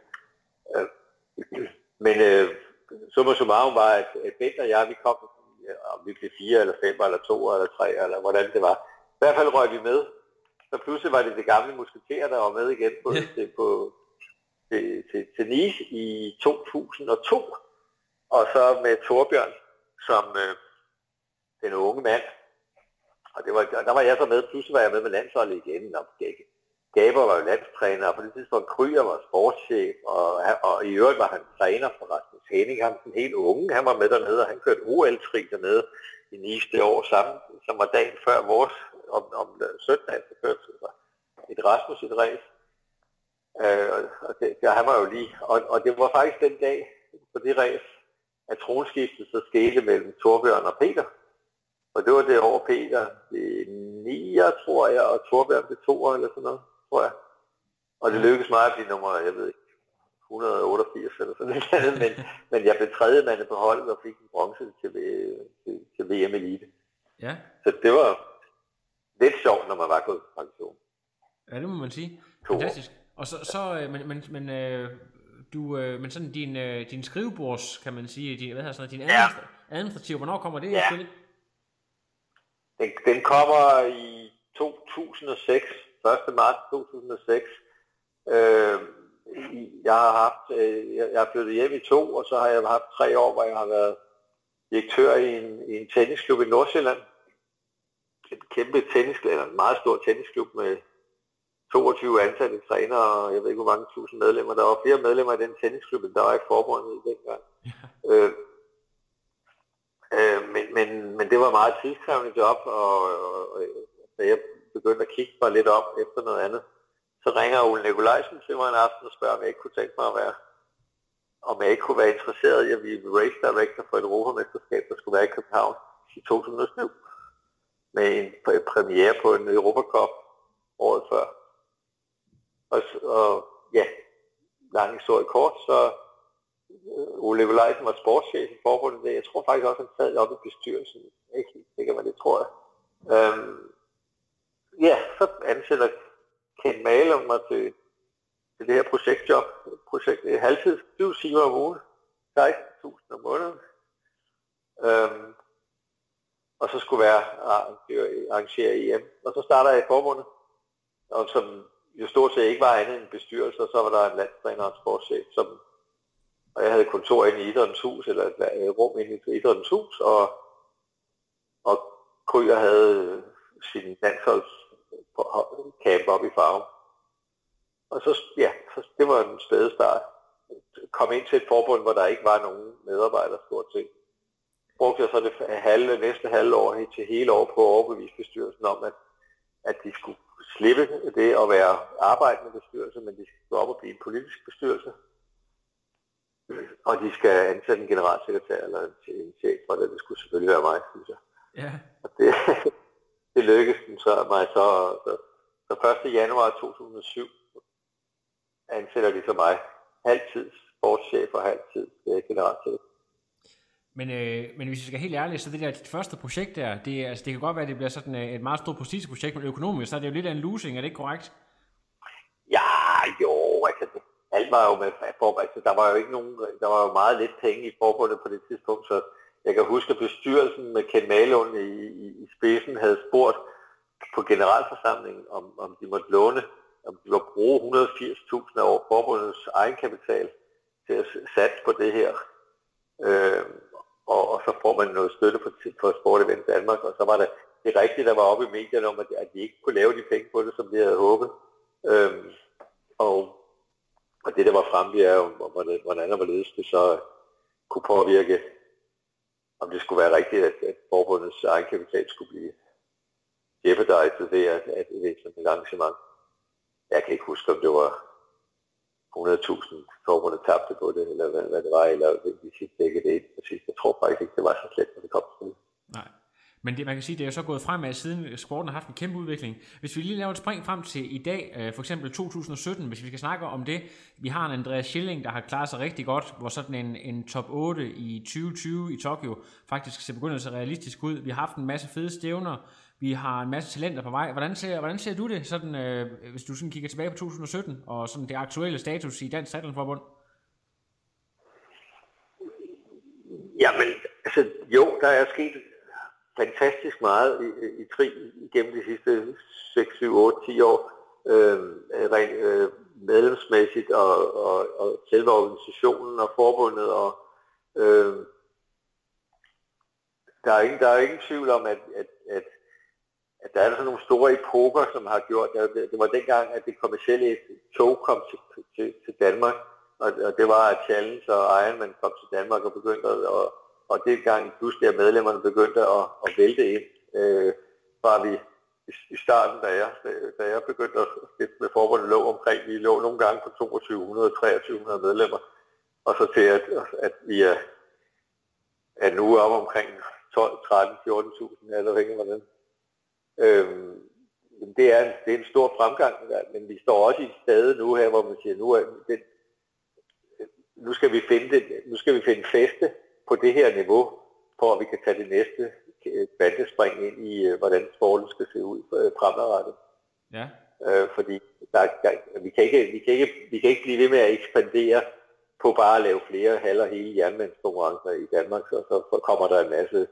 Men summa summarum var, at Bent og jeg, vi kom, om vi blev 4 eller 5 eller 2 eller 3, eller hvordan det var. I hvert fald røg vi med. Så pludselig var det gamle musketerer, der var med igen til Nice i 2002. Og så med Torbjørn som den unge mand. Og der var jeg så med, pludselig var jeg med landsholdet igen. Gaber var jo landstræner, og på det tidspunkt Kryer var sportschef, og i øvrigt var han træner for Rasmus Henning, han den helt unge, han var med dernede, og han kørte OL-tri dernede i Nice det år sammen, som var dagen før vores, om søndagen, så kørte et Rasmus et race. Og han var jo lige, og det var faktisk den dag på det race, at tronskiftet så skete mellem Torbjørn og Peter. Og det var det år Peter blev 9, tror jeg, og Torbjørn blev 2 eller sådan noget, tror jeg. Og det lykkedes mig at blive nummer, jeg ved ikke, 188 eller sådan noget, men jeg blev 3. mand på holdet og fik en bronze til VM Elite. Ja. Så det var lidt sjovt, når man var gået på pension. Ja, det må man sige. Fantastisk. Og så men sådan din skrivebords, kan man sige, din administrativ, hvornår kommer det? Ja. Den kommer i 2006, 1. marts 2006. Jeg har flyttet hjem i 2, og så har jeg haft 3 år, hvor jeg har været direktør i en tennisklub i Nordsjælland. En meget stor tennisklub med 22 ansatte trænere, og jeg ved ikke, hvor mange tusind medlemmer. Der var flere medlemmer i den tennisklub, end der var i forbundet i dengang. Men det var et meget tidskrævende job, og da jeg begyndte at kigge mig lidt op efter noget andet, så ringer Ole Nikolajsen til mig en aften og spørger, om jeg ikke kunne tænke mig om jeg ikke kunne være interesseret i at blive race director for et europamesterskab, der skulle være i København i 2007. Med en premiere på en Europacup året før. Og ja, lang historie kort, så Ole Nikolajsen var sportschef i forbundet. Jeg tror faktisk også, han sad oppe i bestyrelsen. Ikke helt sikker, men det tror jeg. Så ansætter Ken Malum mig til det her projektjob. Projekt halvtid, 20 timer om ugen, 16.000 om måneden. Og så skulle være arrangere EM. Og så starter jeg i forbundet, og som jo stort set ikke var andet end bestyrelse, og så var der en landstræner og en sportschef, og jeg havde kontor inde i Idrættens Hus, eller et rum inde i Idrættens Hus, og Kryer havde sin landsholdscamp op i Farum. Og så det var en spæde start. Kom ind til et forbund, hvor der ikke var nogen medarbejdere stort set. Brugte jeg så det næste halve år til hele år på at overbevise bestyrelsen om, at de skulle slippe det at være arbejdende bestyrelse, men de skal gå op og blive en politisk bestyrelse. Og de skal ansætte en generalsekretær eller en chef, og det skulle selvfølgelig være mig, synes jeg. Ja. Og det lykkedes mig så 1. januar 2007 ansætter de så mig halvtid sportschef og halvtid generalsekretær. Men hvis vi skal helt ærligt, så det der dit første projekt der, det kan godt være, at det bliver sådan et meget stort prestigeprojekt, men økonomisk, så er det jo lidt af en losing, er det ikke korrekt? Ja, jo, alt var jo med forberedt, der var jo ikke nogen, der var jo meget lidt penge i forbundet på det tidspunkt, så jeg kan huske, at bestyrelsen med Ken Malund i spidsen havde spurgt på generalforsamlingen, om de måtte låne, om de måtte bruge 180.000 af forbundets egenkapital til at satse på det her. Og så får man noget støtte for Sport Event Danmark, og så var det rigtige, der var oppe i medierne om, at de ikke kunne lave de penge på det, som de havde håbet. Og det, der var fremme, er jo, hvordan og hvorledes det så kunne påvirke, om det skulle være rigtigt, at forbundets egenkapital skulle blive jeopardized ved at det sådan et arrangement. Jeg kan ikke huske, om det var 100.000 forbundet tabte på det, eller hvad det var, eller vi fik begge det præcis. Jeg tror faktisk ikke, det var så slet, når det kom til det. Nej, men man kan sige, det er jo så gået fremad, siden sporten har haft en kæmpe udvikling. Hvis vi lige laver et spring frem til i dag, for eksempel 2017, hvis vi skal snakke om det. Vi har en Andreas Schilling, der har klaret sig rigtig godt, hvor sådan en top 8 i 2020 i Tokyo faktisk ser begyndt at se realistisk ud. Vi har haft en masse fede stævner. Vi har en masse talenter på vej. Hvordan ser du det, sådan, hvis du sådan kigger tilbage på 2017, og sådan det aktuelle status i Dansk Triathlon-forbund? Jamen, jo, der er sket fantastisk meget i tri igennem de sidste 6, 7, 8, 10 år. Medlemsmæssigt og selve organisationen og forbundet. Og, der er ingen tvivl om, at der er sådan nogle store epoker, som har gjort, det var dengang, at det kommercielle tog kom til Danmark, og det var, at Challenge og Ironman kom til Danmark og begyndte, og det gang pludselig at medlemmerne begyndte at vælte ind, var vi i starten, da jeg begyndte at stifte med forbundet, vi lå nogle gange på 2200-2300 medlemmer, og så til at vi er nu op omkring 12, 13, 14.000, eller ikke hvordan. Det er en stor fremgang, men vi står også i et sted nu her, hvor man siger, nu skal vi finde fæste på det her niveau, for at vi kan tage det næste kvantespring ind i, hvordan sporten skal se ud fremadrettet. Ja. Fordi vi kan ikke blive ved med at ekspandere på bare at lave flere halv- og hele jernmandskonkurrencer i Danmark, så kommer der en masse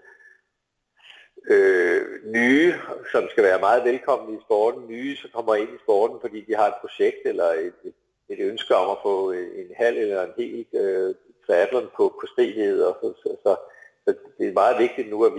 nye, som skal være meget velkomne i sporten, nye, som kommer ind i sporten, fordi de har et projekt eller et ønske om at få en halv eller en hel triathlon på stedet, og så det er meget vigtigt nu, at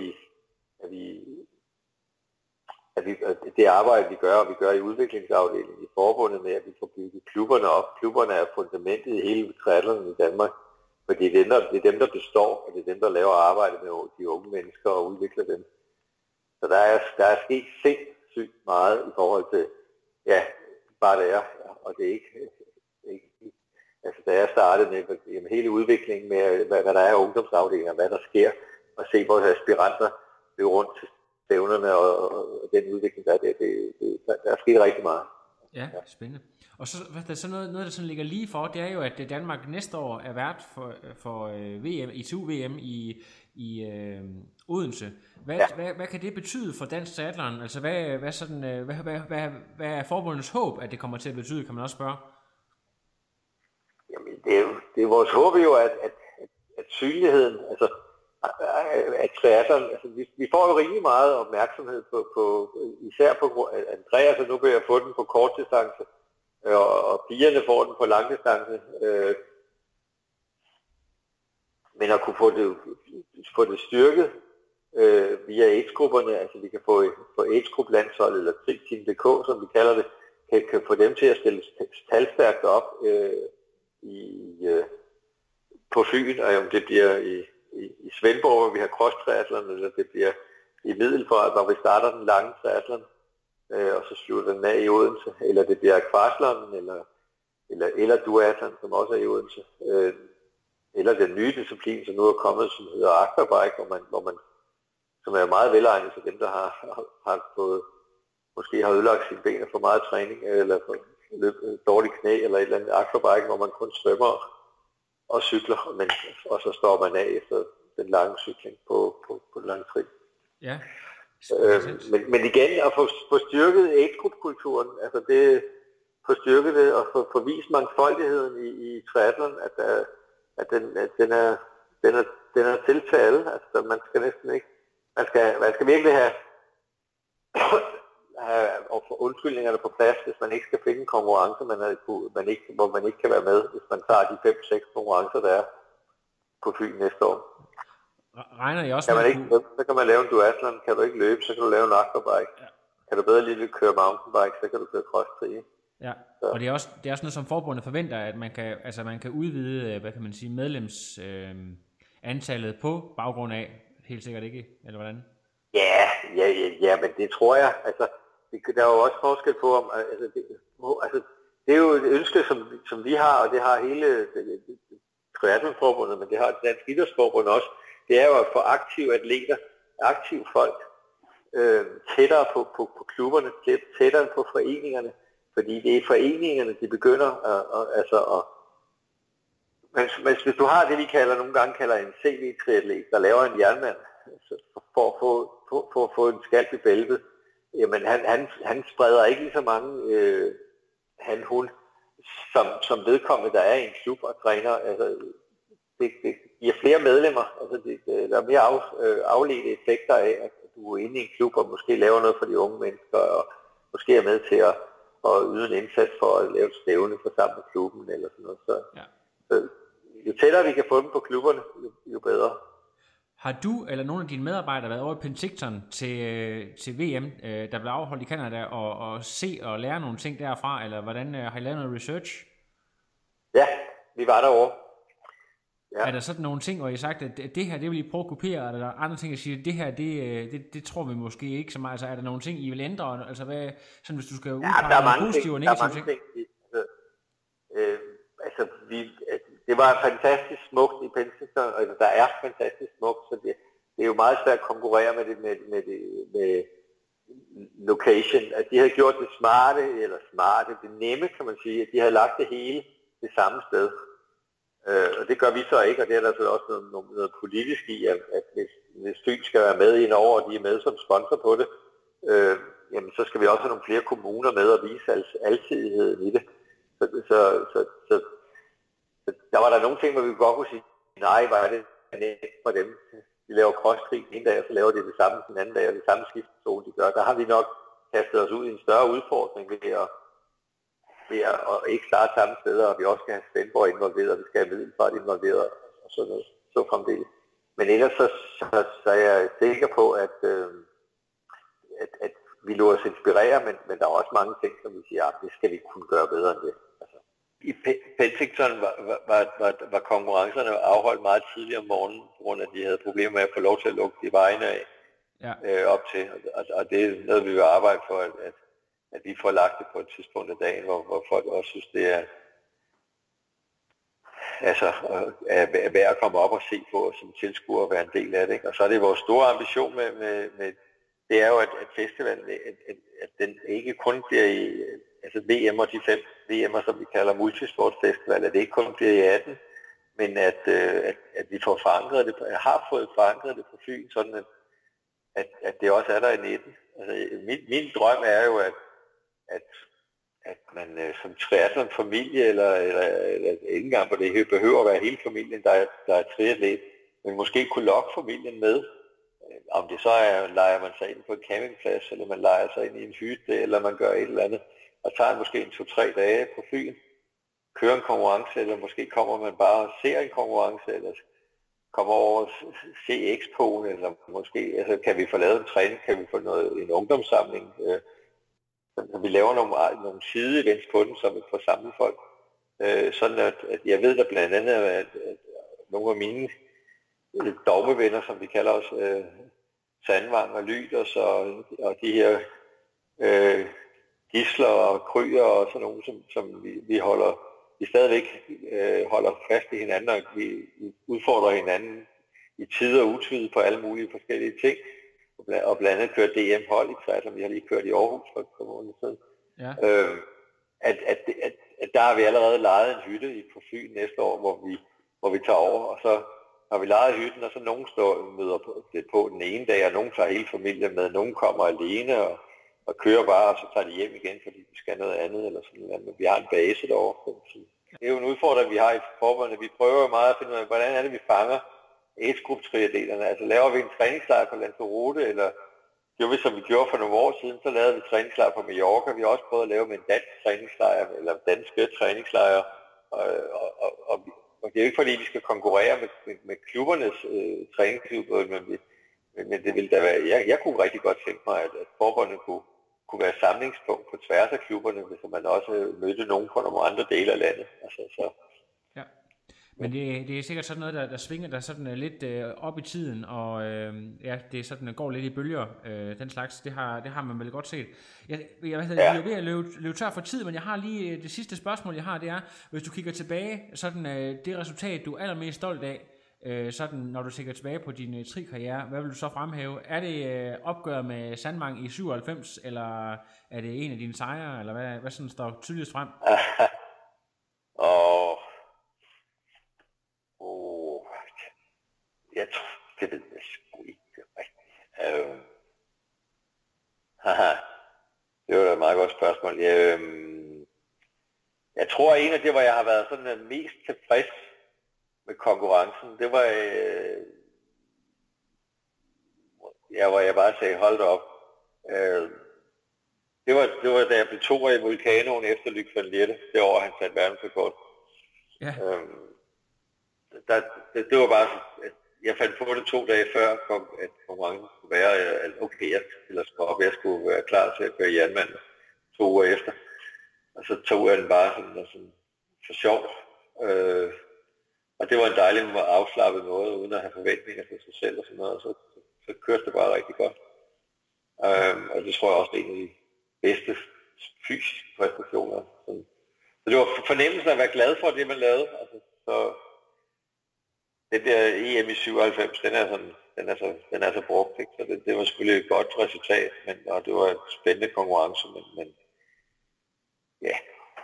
det arbejde, vi gør i udviklingsafdelingen i forbundet med, at vi får bygget klubberne op. Klubberne er fundamentet i hele triathlonen i Danmark, for det er dem, der består, og det er dem, der laver arbejde med de unge mennesker og udvikler dem. Så der er sket sindssygt meget i forhold til, ja, bare det er, og det er ikke altså da jeg startede med hele udviklingen med, hvad der er ungdomsafdelinger, hvad der sker, og se vores aspiranter løbe rundt til stævnerne og den udvikling, der er der er sket rigtig meget. Ja, spændende. Og så noget, der sådan ligger lige for, det er jo, at Danmark næste år er vært for VM, ITU-VM i Odense. Hvad kan det betyde for dansk triathlon? Altså, hvad er forbundets håb, at det kommer til at betyde, kan man også spørge? Jamen, det er vores håb jo, at synligheden, altså at triathlon, altså vi får jo rigtig meget opmærksomhed på især på Andreas, og nu vil jeg få den på kort distance, og pigerne får den på lang distance. Men at kunne få det styrket via age-grupperne, altså vi kan få age-gruppe-landshold, eller Team.dk, som vi kalder det, kan få dem til at stille talstærkt op på Fyn, og om det bliver i Svendborg, hvor vi har cross-triathlon, eller det bliver i Middelfart, hvor vi starter den lange triathlon, og så slutter den af i Odense, eller det bliver kvarslon, eller duathlon, som også er i Odense, eller den nye disciplin, som nu er kommet, som hedder aquabike, hvor man som er meget velegnet til dem, der har fået, måske har ødelagt sine ben for meget træning, eller for dårlig knæ, eller et eller andet aquabike, hvor man kun svømmer og cykler, og så står man af efter den lange cykling på den lange tri. Ja. Men igen, at få styrket age-group-kulturen, altså det, få styrket det, og få vist mangfoldigheden i triathlon, at den er til alle. Altså man skal næsten ikke, man skal virkelig have undskyldningerne på plads, hvis man ikke skal finde en konkurrence, hvor man ikke kan være med, hvis man tager de 5-6 konkurrencer, der er på Fyn næste år. Regner I også kan man ikke, så kan man lave en duathlon, kan du ikke løbe, så kan du lave en aquabike. Ja. Kan du bedre lige køre mountainbike, så kan du køre cross-tri. Ja, og det er også noget, som forbundet forventer, at man kan udvide, hvad kan man sige, medlemsantallet på baggrund af, helt sikkert ikke, eller hvordan? Ja, men det tror jeg, altså, der er jo også forskel på, om, det er jo et ønske, som vi har, og det har hele triathlonforbundet, men det har Dansk Idrætsforbund også, det er jo at få aktive atleter, aktive folk, tættere på klubberne, tættere på foreningerne, fordi det er foreningerne, de begynder hvis du har det, vi nogle gange kalder en CV-triatlet, der laver en jernmand, for at få en skalp i bæltet, jamen han spreder ikke lige så mange hun som vedkommende, der er i en klub og træner. Altså, det giver flere medlemmer. Altså, der er mere afledte effekter af, at du er inde i en klub og måske laver noget for de unge mennesker, og måske er med til at yde en indsats for at lave et stævne for sammen med klubben eller sådan noget. Så jo tættere vi kan få dem på klubberne, jo bedre. Har du eller nogle af dine medarbejdere været over i Penticton til VM, der blev afholdt i Canada, og se og lære nogle ting derfra, eller hvordan har I lavet noget research? Ja, vi var derovre. Ja. Er der sådan nogle ting, hvor I har sagt, at det her, det vil I prøve at kopiere, eller er der andre ting, at sige, at det her, det tror vi måske ikke så meget? Altså er der nogle ting, I vil ændre? Altså hvad, sådan hvis du skal udpege nogle positive og negative ting? Det var fantastisk smukt i Penticton, altså der er fantastisk smukt, så det er jo meget svært at konkurrere med location. At de havde gjort det smarte, det nemme, kan man sige, at de havde lagt det hele det samme sted. Og det gør vi så ikke, og det er der så også noget politisk i, at hvis Fyn skal være med i Norge, og de er med som sponsor på det, jamen så skal vi også have nogle flere kommuner med og vise alsidigheden i det. Så der var der nogle ting, hvor vi godt kunne sige, nej, var det nemt for dem. De laver crosskrig en dag, og så laver de det samme den anden dag, og det samme skiftezone, de gør. Der har vi nok kastet os ud i en større udfordring ved at ikke starte samme steder, og vi også skal have Svendborg involveret, og vi skal have Middelfart involveret, og sådan noget, så fremdeles. Men ellers så er jeg sikker på, at vi lå os inspirere, men der er også mange ting, som vi siger, det skal vi kunne gøre bedre end det. Altså, i Penticton var konkurrencerne afholdt meget tidligere om morgenen, på grund af, at de havde problemer med at få lov til at lukke de vejene af op til. Og det er noget, vi vil arbejde for, at vi får lagt det på et tidspunkt af dagen, hvor folk også synes, det er værd at komme op og se på, som tilskuer at være en del af det. Ikke? Og så er det vores store ambition med det er jo, at festivalen, at den ikke kun bliver i VM og de 5 VM'er, som vi kalder multisportfestival, at det ikke kun bliver i 18, men at vi får forankret det, har fået forankret det på Fyn, sådan at det også er der i 19. Altså, min drøm er jo, at man som triathlon-familie, eller ikke engang på det behøver at være hele familien, der er triatlet, men måske kunne lokke familien med. Om det så leger man sig ind på en campingplads, eller man leger sig ind i en hytte, eller man gør et eller andet, og tager måske 2-3 dage på Fyn, kører en konkurrence, eller måske kommer man bare og ser en konkurrence, eller kommer over og se Expo'en, eller måske kan vi få lavet en træning, kan vi få en ungdomssamling, så vi laver nogle side-events på den, så vi får samlet folk. Sådan at jeg ved da blandt andet, at nogle af mine dogmevenner, som vi kalder os, Sandvang og Lyders og de her Gisler og Kryer og sådan nogle, som vi stadigvæk holder fast i hinanden, og vi udfordrer hinanden i tid og utid på alle mulige forskellige ting, og blandt andet kører DM-hold i triathlon, vi har lige kørt i Aarhus for et par måneder siden. Ja. At der har vi allerede lejet en hytte på Fyn næste år, hvor vi tager over, og så har vi lejet hytten, og så nogen møder på den ene dag, og nogen tager hele familien med, nogen kommer alene og kører bare, og så tager de hjem igen, fordi de skal noget andet, eller sådan noget. Men vi har en base derovre. Det er jo en udfordring, vi har i forbundet. Vi prøver meget at finde ud af, hvordan er det, vi fanger age-group-triatleterne. Altså laver vi en træningslejr på Lanzarote, eller gjorde vi, som vi gjorde for nogle år siden, så lavede vi træningslejr på Mallorca. Vi har også prøvet at lave med en dansk træningslejr, eller danske træningslejre, og det er jo ikke fordi, vi skal konkurrere med klubbernes træningsudbud, men det ville da være, jeg kunne rigtig godt tænke mig, at forbundet kunne være samlingspunkt på tværs af klubberne, hvis man også mødte nogen fra nogle andre dele af landet. Altså, så. Ja, men det er sikkert sådan noget, der svinger der sådan lidt op i tiden, og det er sådan, går lidt i bølger, den slags, det har man vel godt set. Jeg er ved at løbe tør for tid, men jeg har lige det sidste spørgsmål, jeg har, det er, hvis du kigger tilbage, sådan det resultat, du er allermest stolt af, sådan når du kigger tilbage på din tri-karriere, hvad vil du så fremhæve? Er det opgøret med Sandvang i 97, eller er det en af dine sejre, eller hvad sådan står tydeligst frem? Jeg tror, det ved jeg sgu ikke rigtigt. Det var da et meget godt spørgsmål. Jeg tror, en af det, hvor jeg har været sådan mest tilfreds med konkurrencen, det var, hvor jeg bare sagde, hold da op. Det var da jeg blev toer i Vulcanoen efter Luc van Lierde, det år, han satte verdensrekord. Ja. Det var bare, at jeg fandt på det 2 dage før, at konkurrencen skulle være, okay, jeg stiller mig op, jeg skulle være klar til at køre jernmand 2 uger efter. Og så tog jeg den bare sådan for sjov. Og det var en dejlig afslappet måde, uden at have forventninger til sig selv og sådan noget, og så kørte det bare rigtig godt. Og det tror jeg også er en af de bedste fysiske præstationer. Så det var fornemmelsen af at være glad for det, man lavede. Altså, så det der EM i 97, den er så brugt, ikke? Så det var selvfølgelig et godt resultat, og det var et spændende konkurrence, men ja.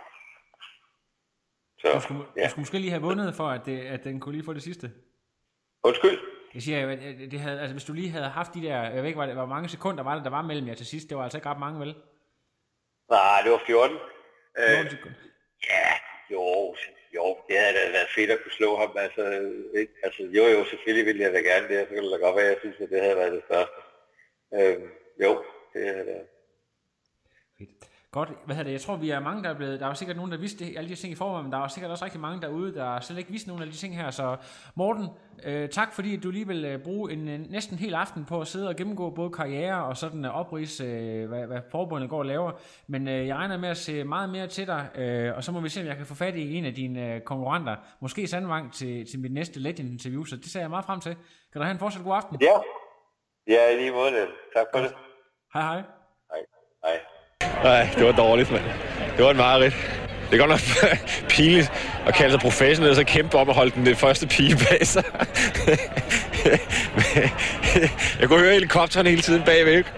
Så, du skulle måske lige have vundet for, at den kunne lige få det sidste. Undskyld? Jeg siger, at hvis du lige havde haft de der, jeg ved ikke, hvor mange sekunder var der var mellem jer til sidst, det var altså ikke ret mange, vel? Nej, det var 14. 14 sekunder. Ja, Jo, det havde da været fedt at kunne slå ham. Jo, selvfølgelig ville jeg da gerne det. Så kan det da godt være, jeg synes, at det havde været det største. Jo, det havde været. Fedt. Godt. Jeg tror, vi er mange, der er blevet... Der var sikkert nogen, der vidste alle de ting i forvejen, men der var sikkert også rigtig mange derude, der slet ikke vidste nogen af de ting her. Så Morten, tak fordi du lige vil bruge en næsten hel aften på at sidde og gennemgå både karriere og sådan oprise, hvad forbundet går og laver. Men jeg regner med at se meget mere til dig, og så må vi se, om jeg kan få fat i en af dine konkurrenter. Måske Sandvang til mit næste Legend-interview, så det ser jeg meget frem til. Kan du have en fortsat god aften? Ja, i lige måde. Tak for det. Hej. Hej. Nej, det var dårligt, mand. Det var en mareridt. Det er godt nok pinligt at kalde sig professionel, og så kæmpe om at holde den første pige bag sig. Jeg kunne høre helikopteren hele tiden bagved.